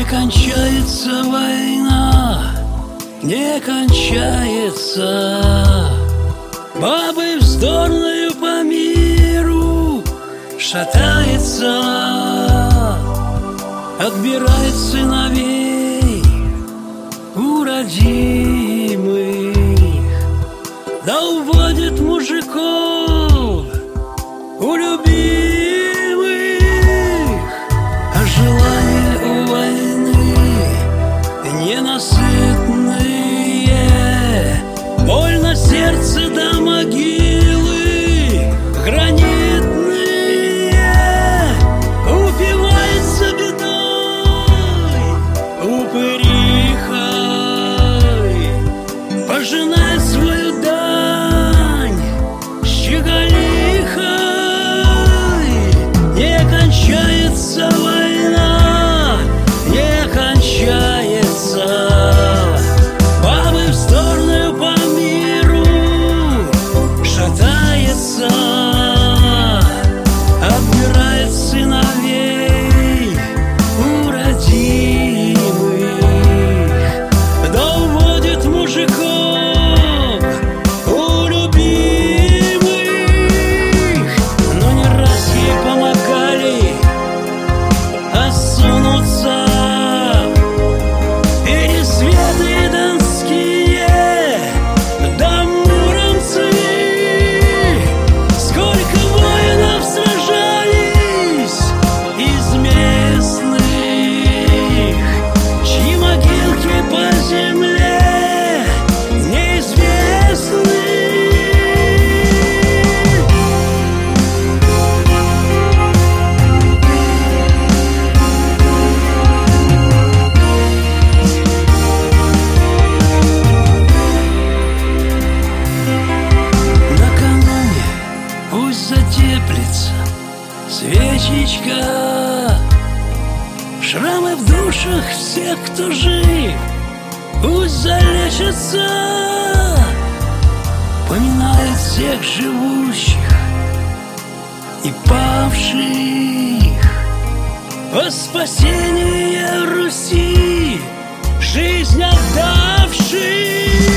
кончается война, не кончается. Бабы вздорную по миру шатается, отбирает сыновей у родимых, да уводит мужиков у любимых. А желания у войны ненасытные, боль на сердце до могилы гранитные. Упивается бедой, упырихой, пожинает свою дань щеголихой. Не кончается война, не кончается. Бабы вздорную по миру шатается, отбирает сыновей у родимых, да уводит мужиков у любимых. Но не раз ей помогали осунуться пересветы донские да муромцы. Сколько воинов сражались из местных, чьи могилки по земле неизвестны. Накануне пусть затеплится свечечка, шрамы в душах всех, кто жив, пусть залечатся. Поминают всех живущих и павших во спасение Руси, жизнь отдавших.